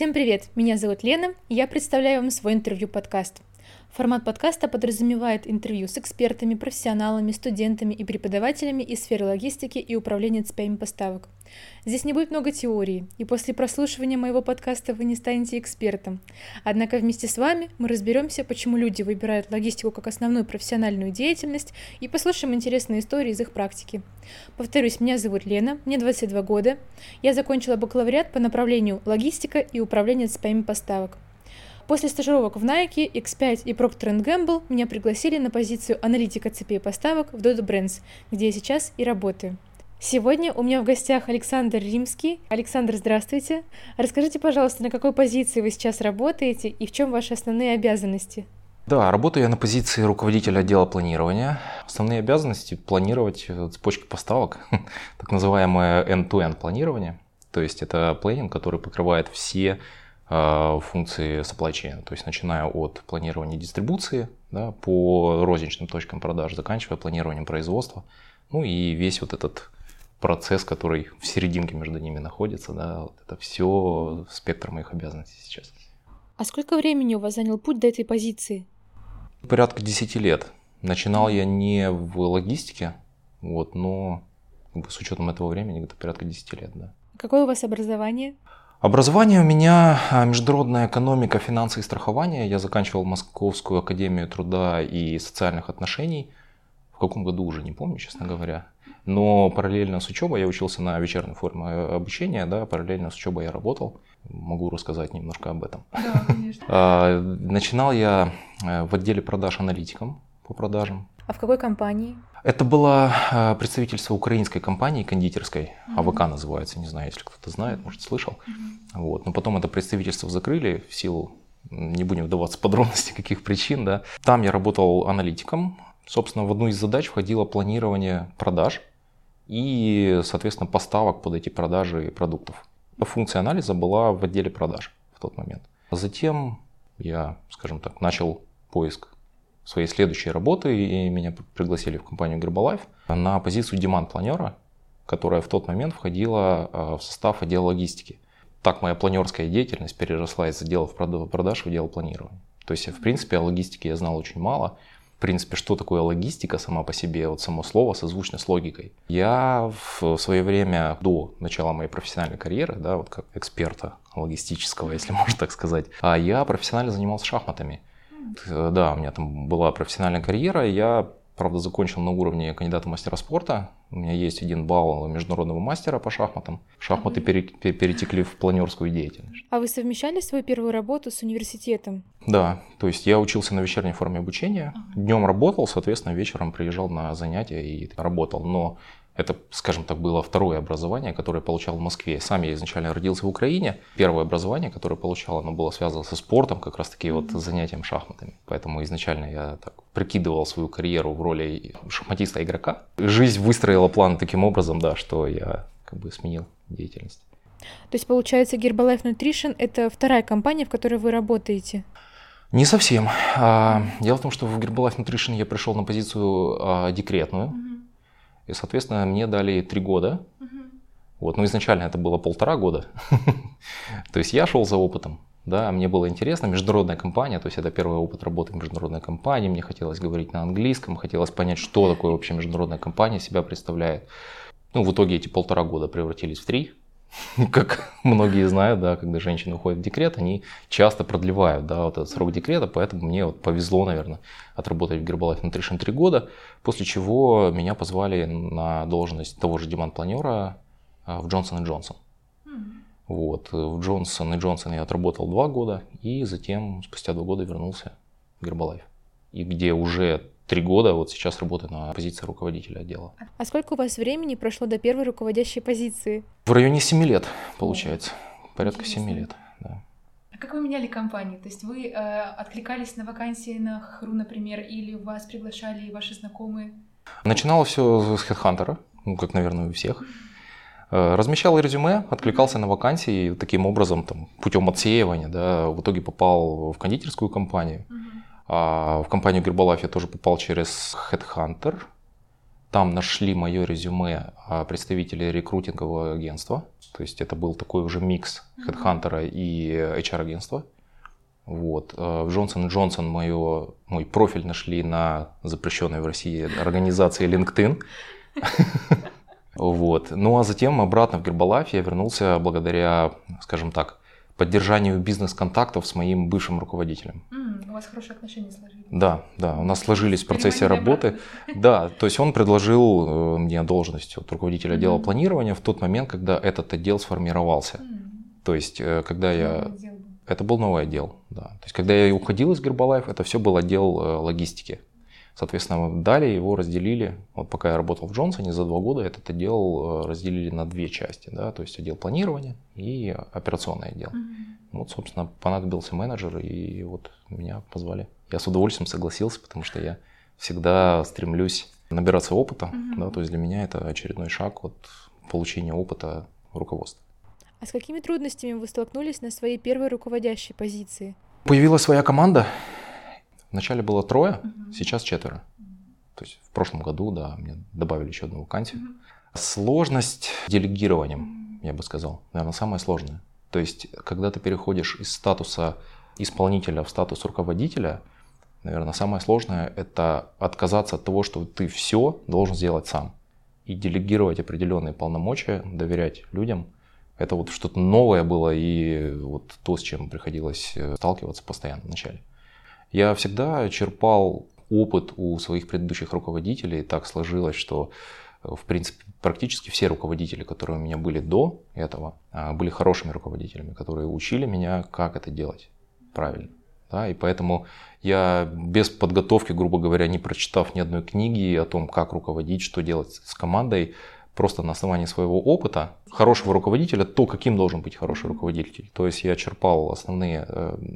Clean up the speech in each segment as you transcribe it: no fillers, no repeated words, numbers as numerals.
Всем привет! Меня зовут Лена, и я представляю вам свой интервью-подкаст. Формат подкаста подразумевает интервью с экспертами, профессионалами, студентами и преподавателями из сферы логистики и управления цепями поставок. Здесь не будет много теории, и после прослушивания моего подкаста вы не станете экспертом. Однако вместе с вами мы разберемся, почему люди выбирают логистику как основную профессиональную деятельность, и послушаем интересные истории из их практики. Повторюсь, меня зовут Лена, мне 22 года. Я закончила бакалавриат по направлению логистика и управление цепями поставок. После стажировок в Nike, X5 и Procter & Gamble меня пригласили на позицию аналитика цепей поставок в Dodo Brands, где я сейчас и работаю. Сегодня у меня в гостях Александр Римский. Александр, здравствуйте. Расскажите, пожалуйста, на какой позиции вы сейчас работаете и в чем ваши основные обязанности? Да, работаю я на позиции руководителя отдела планирования. Основные обязанности – планировать цепочки поставок, так называемое end-to-end планирование. То есть это планинг, который покрывает все функции supply chain, то есть начиная от планирования дистрибуции, да, по розничным точкам продаж, заканчивая планированием производства, ну и весь вот этот процесс, который в серединке между ними находится, да, вот это все спектр моих обязанностей сейчас. А сколько времени у вас занял путь до этой позиции? Порядка 10 лет. Начинал я не в логистике, вот, но с учетом этого времени где-то порядка 10 лет, да. Какое у вас образование? Образование у меня международная экономика, финансы и страхование. Я заканчивал Московскую академию труда и социальных отношений. В каком году уже не помню, честно говоря. Но параллельно с учебой я учился на вечерней форме обучения, да, параллельно с учебой я работал. Могу рассказать немножко об этом. Да, конечно. Начинал я в отделе продаж аналитиком по продажам. А в какой компании? Это было представительство украинской компании кондитерской, АВК называется, не знаю, если кто-то знает, может слышал. Вот. Но потом это представительство закрыли в силу, не будем вдаваться в подробности, каких причин. Да. Там я работал аналитиком. Собственно, в одну из задач входило планирование продаж и, соответственно, поставок под эти продажи продуктов. Функция анализа была в отделе продаж в тот момент. Затем я, скажем так, начал поиск своей следующей работы, и меня пригласили в компанию Herbalife на позицию деманд-планера, которая в тот момент входила в состав отдела логистики. Так моя планерская деятельность переросла из отделов продаж в отдел планирования. То есть, в принципе, о логистике я знал очень мало. В принципе, что такое логистика сама по себе, вот само слово созвучно с логикой. Я в свое время, до начала моей профессиональной карьеры, да, вот как эксперта логистического, если можно так сказать, я профессионально занимался шахматами. Да, у меня там была профессиональная карьера, я, правда, закончил на уровне кандидата в мастера спорта. У меня есть 1 балл международного мастера по шахматам. Шахматы перетекли в планерскую деятельность. А вы совмещали свою первую работу с университетом? Да, то есть я учился на вечерней форме обучения, днем работал, соответственно, вечером приезжал на занятия и работал. Но это, скажем так, было второе образование, которое я получал в Москве. Сам я изначально родился в Украине. Первое образование, которое получал, оно было связано со спортом, как раз таки вот с занятием шахматами. Поэтому изначально я так прикидывал свою карьеру в роли шахматиста-игрока. Жизнь выстроила план таким образом, да, что я как бы сменил деятельность. То есть, получается, Herbalife Nutrition – это вторая компания, в которой вы работаете? Не совсем. Дело в том, что в Herbalife Nutrition я пришел на позицию декретную. И, соответственно, мне дали 3 года. Вот. Но изначально это было 1,5 года. То есть я шел за опытом. Да, мне было интересно. Международная компания, то есть это первый опыт работы в международной компании. Мне хотелось говорить на английском, хотелось понять, что такое вообще международная компания себя представляет. Ну, в итоге эти 1,5 года превратились в 3. Как многие знают, да, когда женщины уходят в декрет, они часто продлевают, да, вот этот срок декрета, поэтому мне вот повезло, наверное, отработать в Herbalife Nutrition 3 года, после чего меня позвали на должность того же деманд-планера в Johnson & Johnson. Вот, в Johnson & Johnson я отработал 2 года, и затем спустя 2 года вернулся в Herbalife, и где уже 3 года, вот сейчас работаю на позиции руководителя отдела. А сколько у вас времени прошло до первой руководящей позиции? В районе 7 лет, получается. Порядка 7 лет, да. А как вы меняли компанию? То есть вы откликались на вакансии на ХРУ, например, или вас приглашали ваши знакомые? Начинало все с HeadHunter, ну, как, наверное, у всех. Размещал резюме, откликался на вакансии, и таким образом, там, путем отсеивания, да, в итоге попал в кондитерскую компанию. А в компанию Herbalife я тоже попал через HeadHunter. Там нашли мое резюме представители рекрутингового агентства. То есть это был такой уже микс HeadHunter и HR-агентства. Вот. В Johnson & Johnson мой профиль нашли на запрещенной в России организации LinkedIn. Вот. Ну а затем обратно в Herbalife я вернулся благодаря, скажем так, поддержанию бизнес-контактов с моим бывшим руководителем. У вас хорошие отношения сложились. Да, у нас сложились в процессе работы. Да, то есть он предложил мне должность руководителя отдела планирования в тот момент, когда этот отдел сформировался. То есть, когда это был новый отдел, да. То есть, когда я уходил из Herbalife, это все был отдел логистики. Соответственно, далее его разделили, вот пока я работал в Джонсоне, за 2 года этот отдел разделили на 2 части, да, то есть отдел планирования и операционный отдел. Вот, собственно, понадобился менеджер, и вот меня позвали. Я с удовольствием согласился, потому что я всегда стремлюсь набираться опыта, да, то есть для меня это очередной шаг от получения опыта руководства. А с какими трудностями вы столкнулись на своей первой руководящей позиции? Появилась своя команда. Вначале было 3, сейчас 4. То есть в прошлом году, да, мне добавили еще 1 вакансию. Сложность делегированием, я бы сказал, наверное, самое сложное. То есть, когда ты переходишь из статуса исполнителя в статус руководителя, наверное, самое сложное – это отказаться от того, что ты все должен сделать сам. И делегировать определенные полномочия, доверять людям. Это вот что-то новое было, и вот то, с чем приходилось сталкиваться постоянно вначале. Я всегда черпал опыт у своих предыдущих руководителей. Так сложилось, что, в принципе, практически все руководители, которые у меня были до этого, были хорошими руководителями, которые учили меня, как это делать правильно. Да? И поэтому я без подготовки, грубо говоря, не прочитав ни одной книги о том, как руководить, что делать с командой, просто на основании своего опыта хорошего руководителя, то, каким должен быть хороший руководитель. То есть я черпал основные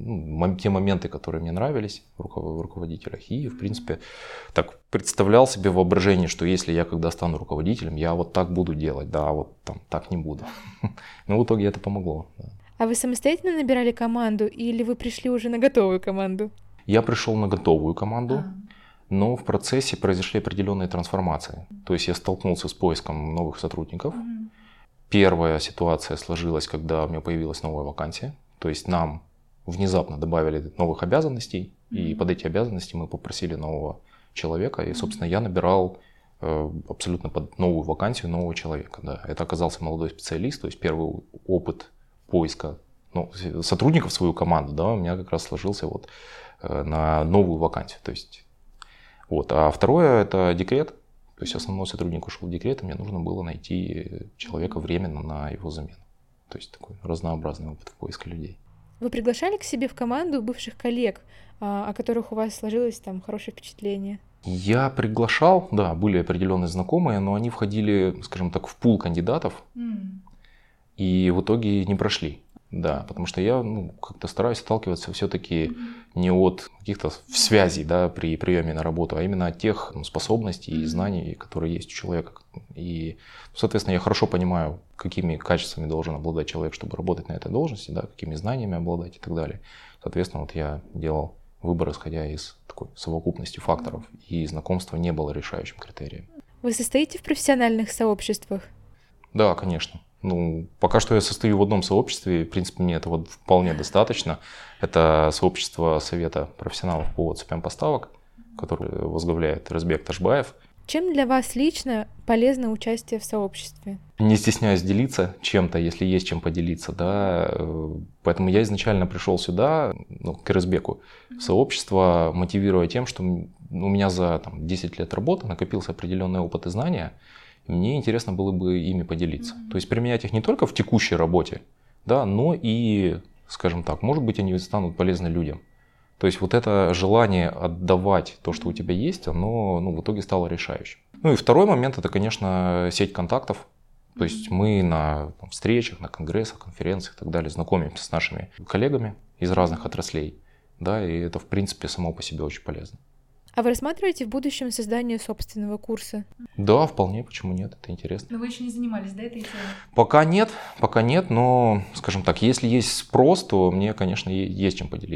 те моменты, которые мне нравились в руководителях. И, в принципе, так представлял себе воображение, что если я когда стану руководителем, я вот так буду делать, да, вот там так не буду. Но в итоге это помогло. Да. А вы самостоятельно набирали команду или вы пришли уже на готовую команду? Я пришел на готовую команду. Но в процессе произошли определенные трансформации. То есть я столкнулся с поиском новых сотрудников. Первая ситуация сложилась, когда у меня появилась новая вакансия. То есть нам внезапно добавили новых обязанностей, и под эти обязанности мы попросили нового человека. И, собственно, я набирал абсолютно под новую вакансию нового человека. Да. Это оказался молодой специалист, то есть первый опыт поиска сотрудников в свою команду, да, у меня как раз сложился вот на новую вакансию. То есть вот. А второе – это декрет. То есть основной сотрудник ушел в декрет, и мне нужно было найти человека временно на его замену. То есть такой разнообразный опыт поиска людей. Вы приглашали к себе в команду бывших коллег, о которых у вас сложилось там хорошее впечатление? Я приглашал, да, были определенные знакомые, но они входили, скажем так, в пул кандидатов и в итоге не прошли. Да, потому что я как-то стараюсь отталкиваться все-таки не от каких-то связей, да, при приеме на работу, а именно от тех способностей и знаний, которые есть у человека. И, соответственно, я хорошо понимаю, какими качествами должен обладать человек, чтобы работать на этой должности, да, какими знаниями обладать и так далее. Соответственно, вот я делал выбор, исходя из такой совокупности факторов, и знакомство не было решающим критерием. Вы состоите в профессиональных сообществах? Да, конечно. Пока что я состою в одном сообществе, в принципе, мне этого вполне достаточно. Это сообщество Совета профессионалов по цепям поставок, которое возглавляет Разбек Ташбаев. Чем для вас лично полезно участие в сообществе? Не стесняюсь делиться чем-то, если есть чем поделиться, да. Поэтому я изначально пришел сюда, к Разбеку, в сообщество, мотивируя тем, что у меня за 10 лет работы накопился определенный опыт и знания. Мне интересно было бы ими поделиться. То есть применять их не только в текущей работе, да, но и, скажем так, может быть, они станут полезны людям. То есть вот это желание отдавать то, что у тебя есть, оно в итоге стало решающим. И второй момент – это, конечно, сеть контактов. То есть мы на встречах, на конгрессах, конференциях и так далее знакомимся с нашими коллегами из разных отраслей. Да, и это, в принципе, само по себе очень полезно. А вы рассматриваете в будущем создание собственного курса? Да, вполне, почему нет, это интересно. Но вы еще не занимались, да, этой темой? Пока нет, но, скажем так, если есть спрос, то мне, конечно, есть чем поделиться.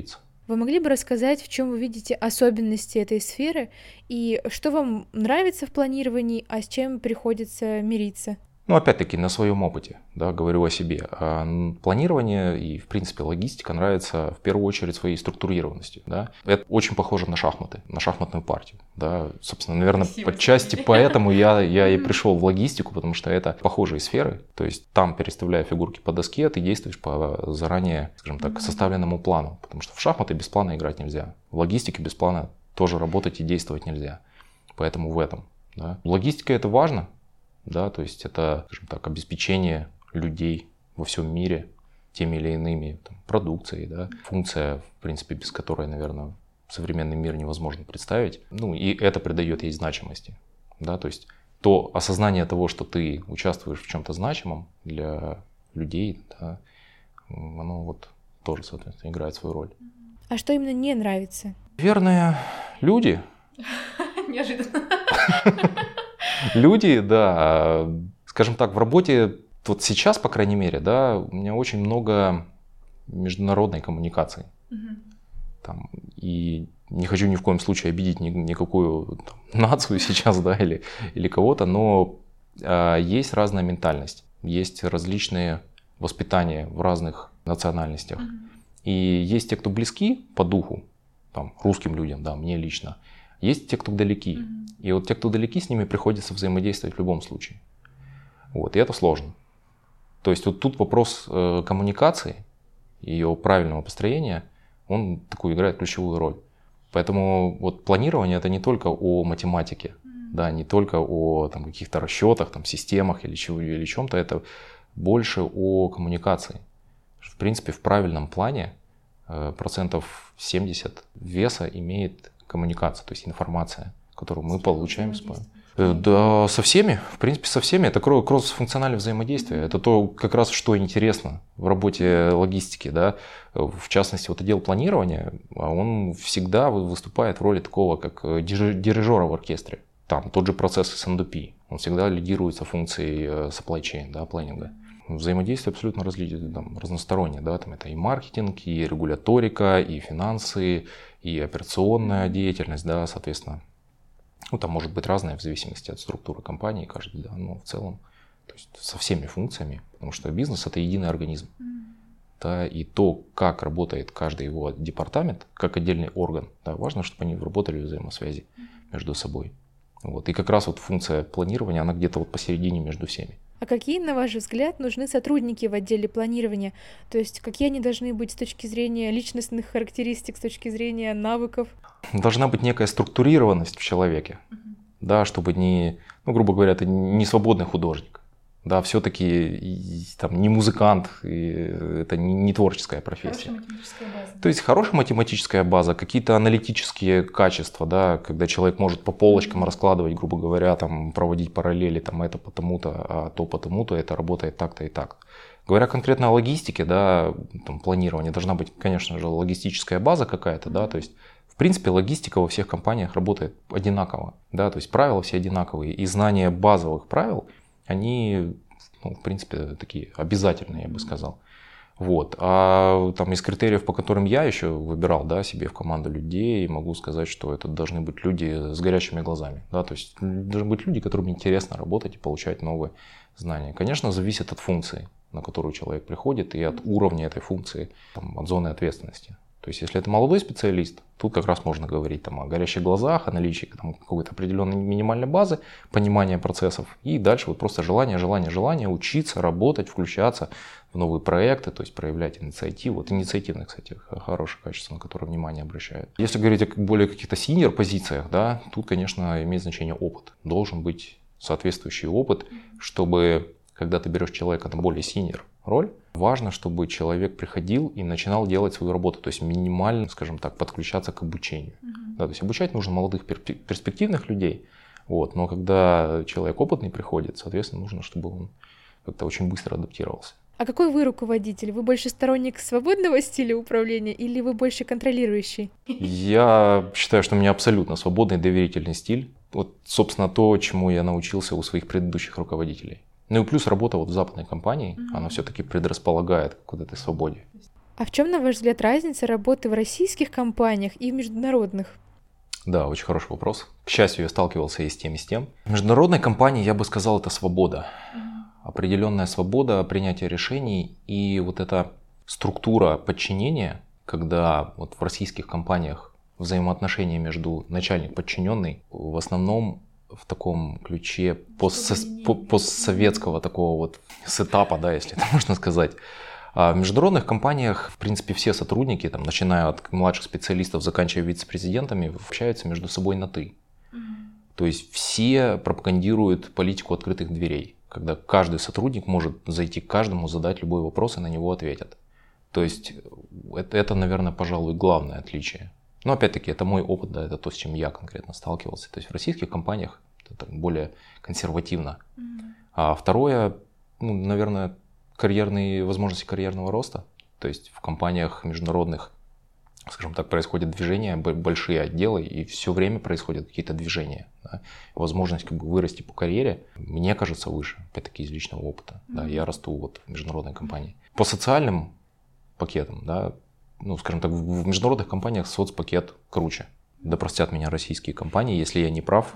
Вы могли бы рассказать, в чем вы видите особенности этой сферы и что вам нравится в планировании, а с чем приходится мириться? Ну, опять-таки, на своем опыте, да, говорю о себе. Планирование и, в принципе, логистика нравится в первую очередь своей структурированностью. Да. Это очень похоже на шахматы, на шахматную партию. Да. Собственно, наверное, подчасти поэтому я и пришел в логистику, потому что это похожие сферы. То есть там, переставляя фигурки по доске, ты действуешь по заранее, скажем так, составленному плану. Потому что в шахматы без плана играть нельзя. В логистике без плана тоже работать и действовать нельзя. Поэтому в этом. Да. Логистика — это важно. Да, то есть это, скажем так, обеспечение людей во всем мире теми или иными продукцией, да, функция, в принципе, без которой, наверное, современный мир невозможно представить. Ну и это придает ей значимости, да, то есть то осознание того, что ты участвуешь в чем-то значимом для людей, да, оно вот тоже, соответственно, играет свою роль. А что именно не нравится? Наверное, люди. Неожиданно. Люди, да, скажем так, в работе, вот сейчас, по крайней мере, да, у меня очень много международной коммуникации. Там, и не хочу ни в коем случае обидеть никакую нацию сейчас, да, или кого-то, но есть разная ментальность, есть различные воспитания в разных национальностях. И есть те, кто близки по духу, там, русским людям, да, мне лично. Есть те, кто далеки. И вот те, кто далеки, с ними приходится взаимодействовать в любом случае. Вот, и это сложно. То есть вот тут вопрос коммуникации, ее правильного построения, он такую играет ключевую роль. Поэтому вот планирование — это не только о математике, да, не только о там, каких-то расчетах, там, системах или чем-то, это больше о коммуникации. В принципе, в правильном плане процентов 70 веса имеет коммуникация, то есть информация, которую мы получаем. Да, со всеми, в принципе, со всеми. Это кросс-функциональное взаимодействие. Это то, как раз, что интересно в работе логистики. Да? В частности, вот отдел планирования, он всегда выступает в роли такого, как дирижера в оркестре. Там тот же процесс S&OP, он всегда лидируется функцией supply chain, да, планинга. Взаимодействие абсолютно разностороннее. Да? Там это и маркетинг, и регуляторика, и финансы, и операционная деятельность, да, соответственно. Ну, там может быть разное в зависимости от структуры компании каждый, да, но в целом, то есть со всеми функциями, потому что бизнес — это единый организм. Да, и то, как работает каждый его департамент, как отдельный орган, да, важно, чтобы они работали в взаимосвязи между собой. Вот. И как раз вот функция планирования, она где-то вот посередине между всеми. А какие, на ваш взгляд, нужны сотрудники в отделе планирования? То есть какие они должны быть с точки зрения личностных характеристик, с точки зрения навыков? Должна быть некая структурированность в человеке, да, чтобы не, ну, грубо говоря, это не свободный художник. Да, все-таки там не музыкант, это не творческая профессия. Хорошая математическая база. То есть хорошая математическая база, какие-то аналитические качества, да, когда человек может по полочкам раскладывать, грубо говоря, там, проводить параллели, там, это потому-то, а то потому-то, это работает так-то и так. Говоря конкретно о логистике, да, там, планировании, должна быть, конечно же, логистическая база какая-то, да, то есть в принципе логистика во всех компаниях работает одинаково, да, то есть правила все одинаковые, и знание базовых правил, они, ну, в принципе, такие обязательные, я бы сказал. Вот. А там из критериев, по которым я еще выбирал, да, себе в команду людей, могу сказать, что это должны быть люди с горящими глазами. Да, то есть должны быть люди, которым интересно работать и получать новые знания. Конечно, зависит от функции, на которую человек приходит, и от уровня этой функции, там, от зоны ответственности. То есть, если это молодой специалист, тут как раз можно говорить там, о горящих глазах, о наличии там, какой-то определенной минимальной базы, понимания процессов. И дальше вот просто желание учиться, работать, включаться в новые проекты, то есть проявлять инициативу. Вот инициативное, кстати, хорошее качество, на которое внимание обращают. Если говорить о более каких-то senior позициях, да, тут, конечно, имеет значение опыт. Должен быть соответствующий опыт, чтобы, когда ты берешь человека на более senior роль, важно, чтобы человек приходил и начинал делать свою работу, то есть минимально, скажем так, подключаться к обучению. Да, то есть обучать нужно молодых перспективных людей, вот, но когда человек опытный приходит, соответственно, нужно, чтобы он как-то очень быстро адаптировался. А какой вы руководитель? Вы больше сторонник свободного стиля управления или вы больше контролирующий? Я считаю, что у меня абсолютно свободный доверительный стиль. Вот, собственно, то, чему я научился у своих предыдущих руководителей. Ну и плюс работа вот в западной компании, она все-таки предрасполагает к вот этой свободе. А в чем, на ваш взгляд, разница работы в российских компаниях и в международных? Да, очень хороший вопрос. К счастью, я сталкивался и с тем, и с тем. В международной компании, я бы сказал, это свобода. Определенная свобода принятия решений и вот эта структура подчинения, когда вот в российских компаниях взаимоотношения между начальник-подчиненный в основном в таком ключе постсоветского такого вот сетапа, да, если это можно сказать. А в международных компаниях, в принципе, все сотрудники, там, начиная от младших специалистов, заканчивая вице-президентами, общаются между собой на «ты». То есть все пропагандируют политику открытых дверей, когда каждый сотрудник может зайти к каждому, задать любой вопрос, и на него ответят. То есть это, наверное, пожалуй, главное отличие. Но опять-таки, это мой опыт, да, это то, с чем я конкретно сталкивался. То есть в российских компаниях это более консервативно. А второе, наверное, возможности карьерного роста. То есть в компаниях международных, скажем так, происходят движения, большие отделы, и все время происходят какие-то движения. Да. Возможность вырасти по карьере, мне кажется, выше, опять-таки из личного опыта. Да, я расту вот в международной компании. По социальным пакетам, да, скажем так, в международных компаниях соцпакет круче. Да простят меня российские компании, если я не прав.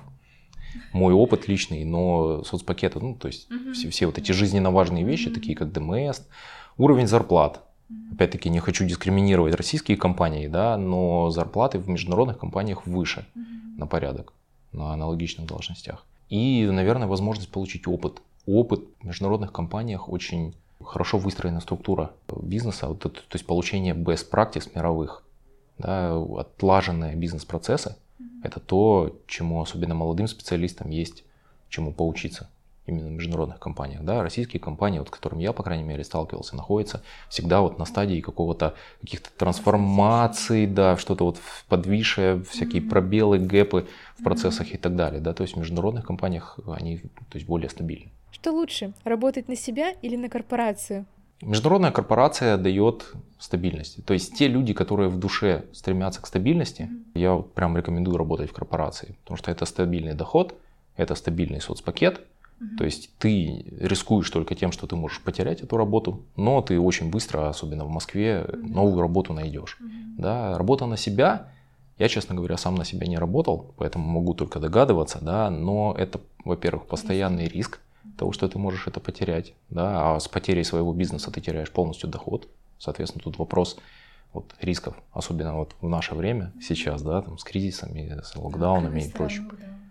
Мой опыт личный, но соцпакеты, то есть все вот эти жизненно важные вещи, такие как ДМС, уровень зарплат. Опять-таки не хочу дискриминировать российские компании, да, но зарплаты в международных компаниях выше на порядок, на аналогичных должностях. И, наверное, возможность получить опыт. Опыт в международных компаниях очень хорошо выстроена структура бизнеса, то есть получение best practice мировых, да, отлаженные бизнес-процессы. Это то, чему особенно молодым специалистам есть чему поучиться именно в международных компаниях. Да, российские компании, вот, с которыми я, по крайней мере, сталкивался, находятся всегда вот на стадии каких-то трансформаций, да, что-то вот подвисшее, всякие пробелы, гэпы в процессах и так далее. Да, то есть в международных компаниях они, то есть, более стабильны. Что лучше, работать на себя или на корпорацию? Международная корпорация дает стабильность. То есть те люди, которые в душе стремятся к стабильности, я прям рекомендую работать в корпорации, потому что это стабильный доход, это стабильный соцпакет. То есть ты рискуешь только тем, что ты можешь потерять эту работу, но ты очень быстро, особенно в Москве, новую работу найдешь. Да, работа на себя, я, честно говоря, сам на себя не работал, поэтому могу только догадываться, да, но это, во-первых, постоянный риск того, что ты можешь это потерять, да, а с потерей своего бизнеса ты теряешь полностью доход. Соответственно, тут вопрос вот рисков, особенно вот в наше время сейчас, да, там, с кризисами, с локдаунами и прочим.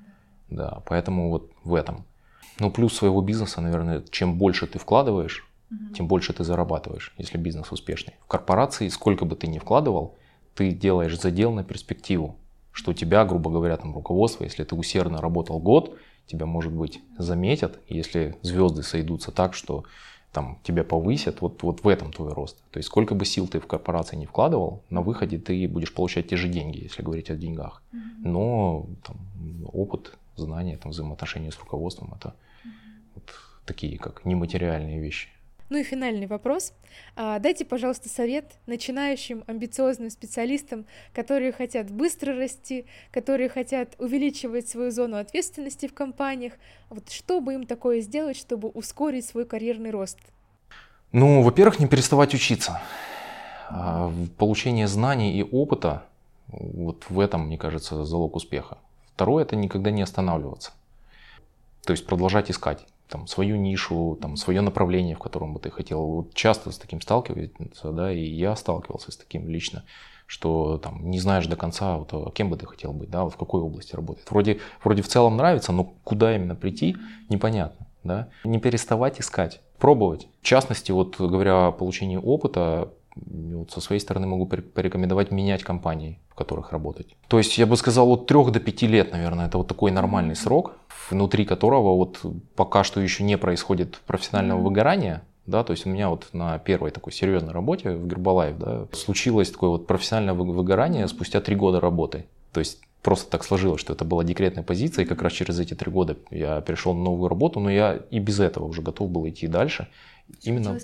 Да, поэтому вот в этом. Ну, плюс своего бизнеса, наверное, чем больше ты вкладываешь, тем больше ты зарабатываешь, если бизнес успешный. В корпорации, сколько бы ты ни вкладывал, ты делаешь задел на перспективу, что тебя, грубо говоря, там руководство, если ты усердно работал год, тебя, может быть, заметят, если звезды сойдутся так, что там тебя повысят, вот в этом твой рост. То есть сколько бы сил ты в корпорации не вкладывал, на выходе ты будешь получать те же деньги, если говорить о деньгах. Но там, опыт, знания, там, взаимоотношения с руководством — это вот такие как нематериальные вещи. Ну и финальный вопрос. Дайте, пожалуйста, совет начинающим амбициозным специалистам, которые хотят быстро расти, которые хотят увеличивать свою зону ответственности в компаниях. Вот что бы им такое сделать, чтобы ускорить свой карьерный рост? Ну, во-первых, не переставать учиться. Получение знаний и опыта, вот в этом, мне кажется, залог успеха. Второе — это никогда не останавливаться. То есть продолжать искать там свою нишу, там свое направление, в котором бы ты хотел. Вот часто с таким сталкиваются, да, и я сталкивался с таким лично, что там не знаешь до конца, вот, кем бы ты хотел быть, да, вот в какой области работать. Вроде в целом нравится, но куда именно прийти, непонятно, да. Не переставать искать, пробовать. В частности, вот говоря о получении опыта, вот со своей стороны могу порекомендовать менять компании, в которых работать. То есть я бы сказал от 3 до 5 лет, наверное, это вот такой нормальный срок, внутри которого вот пока что еще не происходит профессионального выгорания. Да, то есть у меня вот на первой такой серьезной работе в Гербалайф, да, случилось такое вот профессиональное выгорание спустя 3 года работы. То есть просто так сложилось, что это была декретная позиция, и как раз через эти 3 года я перешел на новую работу, но я и без этого уже готов был идти дальше. Именно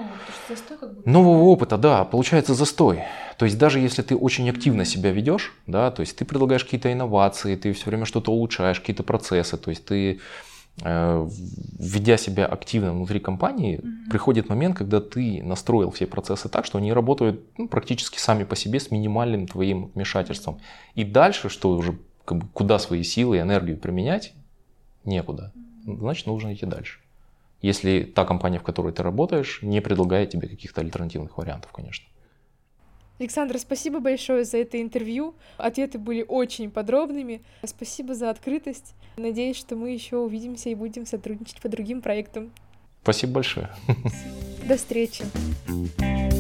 нового опыта, да, получается застой. То есть даже если ты очень активно себя ведешь, да, то есть ты предлагаешь какие-то инновации, ты все время что-то улучшаешь, какие-то процессы, то есть ты ведя себя активно внутри компании, приходит момент, когда ты настроил все процессы так, что они работают практически сами по себе с минимальным твоим вмешательством. И дальше, что уже куда свои силы и энергию применять, некуда. Значит, нужно идти дальше. Если та компания, в которой ты работаешь, не предлагает тебе каких-то альтернативных вариантов, конечно. Александр, спасибо большое за это интервью. Ответы были очень подробными. Спасибо за открытость. Надеюсь, что мы еще увидимся и будем сотрудничать по другим проектам. Спасибо большое. До встречи.